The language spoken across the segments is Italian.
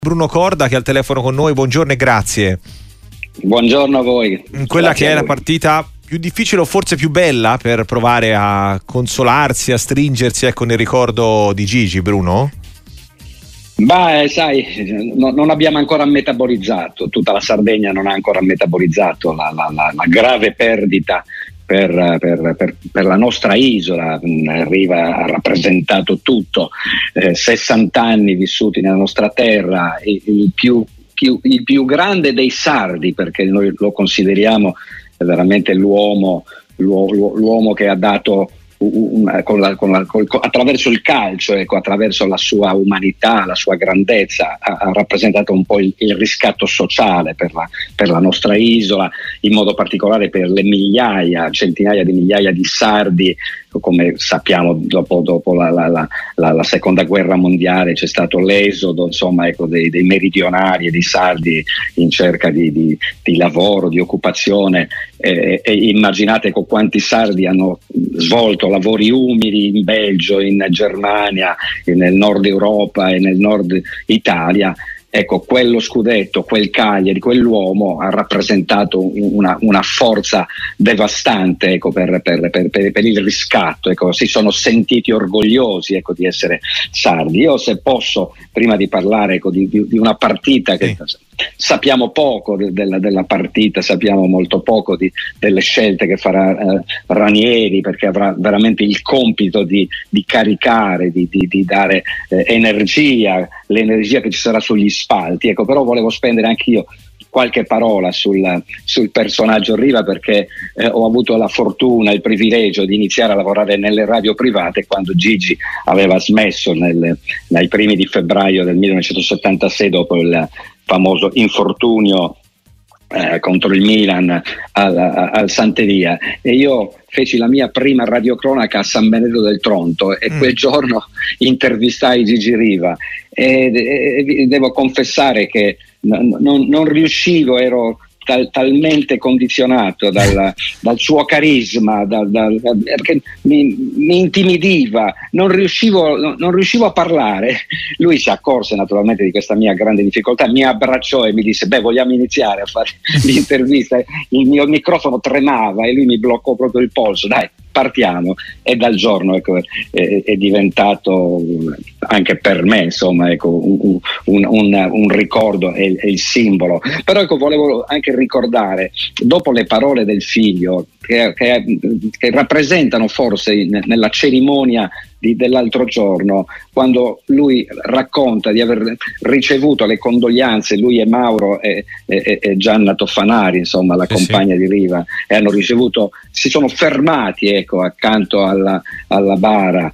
Bruno Corda che è al telefono con noi, buongiorno e grazie. Buongiorno a voi. Quella Grazie che è a la voi. partita più difficile o forse più bella per provare a consolarsi, a stringersi nel ricordo di Gigi, Bruno? Sai, non abbiamo ancora metabolizzato, tutta la Sardegna non ha ancora metabolizzato la grave perdita per la nostra isola. Riva ha rappresentato tutto, 60 anni vissuti nella nostra terra, il più grande dei sardi, perché noi lo consideriamo veramente l'uomo che ha dato attraverso il calcio, attraverso la sua umanità, la sua grandezza, ha rappresentato un po' il riscatto sociale per la nostra isola, in modo particolare per le centinaia di migliaia di sardi. Come sappiamo, dopo la seconda guerra mondiale c'è stato l'esodo, dei meridionali e dei sardi in cerca di lavoro, di occupazione, e immaginate con quanti sardi hanno svolto lavori umili in Belgio, in Germania, nel nord Europa e nel nord Italia. Quello scudetto, quel Cagliari, quell'uomo ha rappresentato una forza devastante per il riscatto. Si sono sentiti orgogliosi di essere sardi. Io, se posso, prima di parlare di una partita che sappiamo poco della partita, sappiamo molto poco delle scelte che farà Ranieri, perché avrà veramente il compito di caricare, di dare l'energia che ci sarà sugli spalti. Però volevo spendere anch'io qualche parola sul personaggio Riva, perché ho avuto la fortuna, il privilegio di iniziare a lavorare nelle radio private quando Gigi aveva smesso nei primi di febbraio del 1976, dopo il famoso infortunio contro il Milan al Santeria, e io feci la mia prima radiocronaca a San Benedetto del Tronto, e quel giorno intervistai Gigi Riva, e devo confessare che non riuscivo, ero talmente condizionato dal suo carisma, perché mi intimidiva, non riuscivo a parlare. Lui si accorse naturalmente di questa mia grande difficoltà, mi abbracciò e mi disse: vogliamo iniziare a fare l'intervista? Il mio microfono tremava e lui mi bloccò proprio il polso. Dai, partiamo. E dal giorno è diventato anche per me un ricordo e il simbolo. Però volevo anche ricordare, dopo le parole del figlio, che rappresentano forse nella cerimonia dell'altro giorno, quando lui racconta di aver ricevuto le condoglianze, lui e Mauro e Gianna Toffanari, la compagna di Riva, e hanno ricevuto, si sono fermati accanto alla bara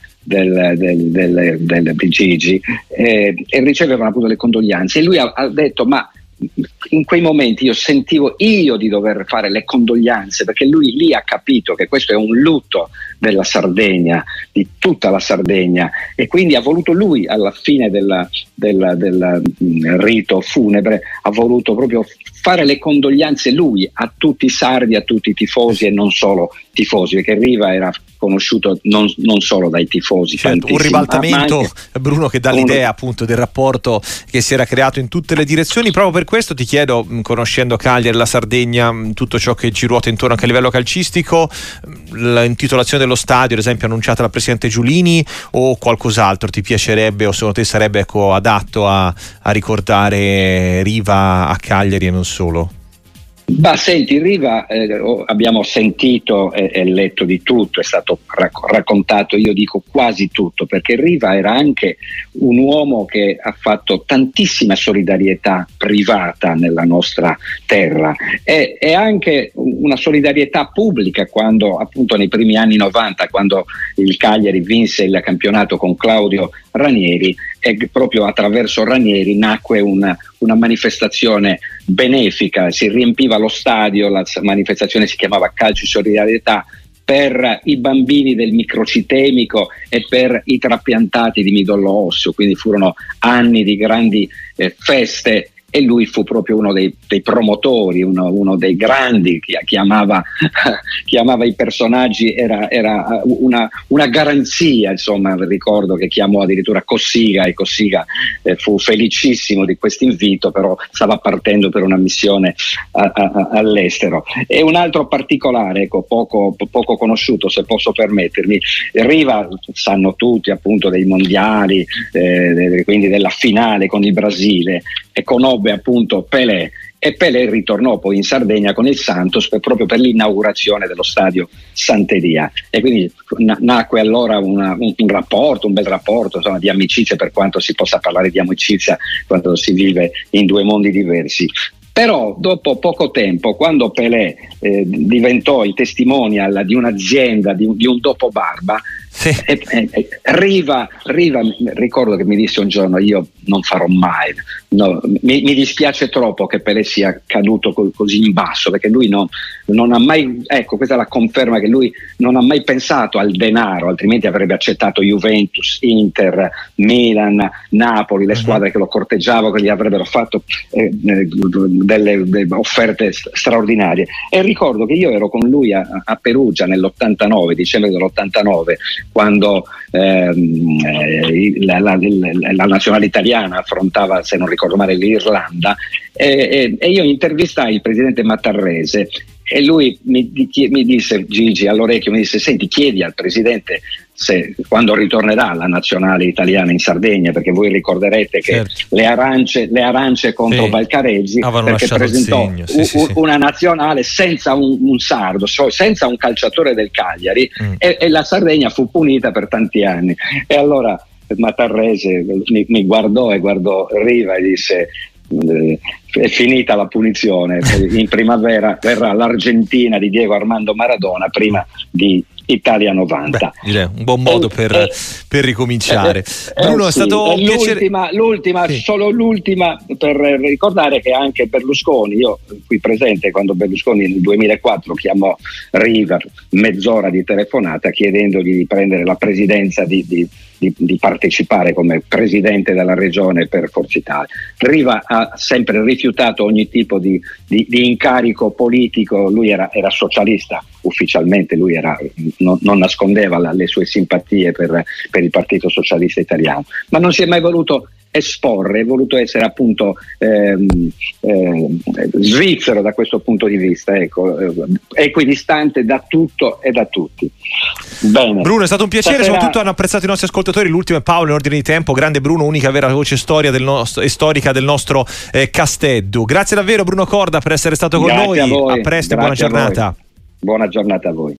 di Gigi, e ricevevano appunto le condoglianze, e lui ha detto: ma in quei momenti io sentivo di dover fare le condoglianze, perché lui lì ha capito che questo è un lutto della Sardegna, di tutta la Sardegna, e quindi ha voluto lui, alla fine del rito funebre, ha voluto proprio fare le condoglianze lui a tutti i sardi, a tutti i tifosi, e non solo tifosi, perché Riva era conosciuto non solo dai tifosi. Certo, un ribaltamento, Bruno, che dà l'idea appunto del rapporto che si era creato in tutte le direzioni. Proprio per questo ti chiedo, conoscendo Cagliari, la Sardegna, tutto ciò che ci ruota intorno anche a livello calcistico, l'intitolazione dello stadio, ad esempio, annunciata dal presidente Giulini, o qualcos'altro ti piacerebbe, o secondo te sarebbe adatto a ricordare Riva a Cagliari e non solo? Senti, Riva, abbiamo sentito e letto di tutto, è stato raccontato, io dico quasi tutto, perché Riva era anche un uomo che ha fatto tantissima solidarietà privata nella nostra terra, e anche una solidarietà pubblica, quando appunto nei primi anni 90, quando il Cagliari vinse il campionato con Claudio Ranieri, e proprio attraverso Ranieri nacque una manifestazione benefica, si riempiva lo stadio, la manifestazione si chiamava Calcio in Solidarietà, per i bambini del microcitemico e per i trapiantati di midollo osseo. Quindi furono anni di grandi feste e lui fu proprio uno dei promotori, uno dei grandi, chiamava i personaggi, era una garanzia, insomma. Ricordo che chiamò addirittura Cossiga, e Cossiga fu felicissimo di questo invito, però stava partendo per una missione all'estero. E un altro particolare, ecco, poco conosciuto, se posso permettermi, Riva, sanno tutti appunto dei mondiali, quindi della finale con il Brasile, e conobbe appunto Pelé, e Pelé ritornò poi in Sardegna con il Santos proprio per l'inaugurazione dello stadio Santeria, e quindi nacque allora un bel rapporto, insomma, di amicizia, per quanto si possa parlare di amicizia quando si vive in due mondi diversi. Però dopo poco tempo, quando Pelé diventò il testimonial di un'azienda, di un dopobarba, sì. Riva, ricordo che mi disse un giorno: io non farò mai, no, mi dispiace troppo che Pelé sia caduto così in basso, perché lui non ha mai, ecco, questa è la conferma, che lui non ha mai pensato al denaro, altrimenti avrebbe accettato Juventus, Inter, Milan, Napoli, le squadre che lo corteggiavano, che gli avrebbero fatto delle offerte straordinarie. E ricordo che io ero con lui a Perugia nell'89, dicembre dell'89, quando la nazionale italiana affrontava, se non ricordo male, l'Irlanda, e io intervistai il presidente Mattarrese, e lui mi disse, Gigi, all'orecchio, mi disse: senti, chiedi al presidente se quando ritornerà la nazionale italiana in Sardegna, perché voi ricorderete che le arance contro Valcareggi, perché presentò una nazionale senza un sardo, senza un calciatore del Cagliari, e la Sardegna fu punita per tanti anni. E allora Mattarrese mi guardò e guardò Riva e disse: è finita la punizione, in primavera verrà l'Argentina di Diego Armando Maradona prima di Italia 90. Beh, direi un buon modo per ricominciare. Bruno, è stato un piacere. Solo l'ultima per ricordare che anche Berlusconi, io qui presente quando Berlusconi nel 2004 chiamò Riva, mezz'ora di telefonata chiedendogli di prendere la presidenza, di partecipare come presidente della regione per Forza Italia. Riva ha sempre rifiutato ogni tipo di incarico politico. Lui era socialista ufficialmente, lui non nascondeva le sue simpatie per il Partito Socialista Italiano, ma non si è mai voluto esporre, è voluto essere appunto svizzero da questo punto di vista, ecco, equidistante da tutto e da tutti. Bene. Bruno, è stato un piacere, soprattutto hanno apprezzato i nostri ascoltatori. L'ultimo è Paolo in ordine di tempo. Grande Bruno, unica vera voce storica del nostro Casteddu. Grazie davvero Bruno Corda per essere stato con noi. A presto e buona giornata. Buona giornata a voi.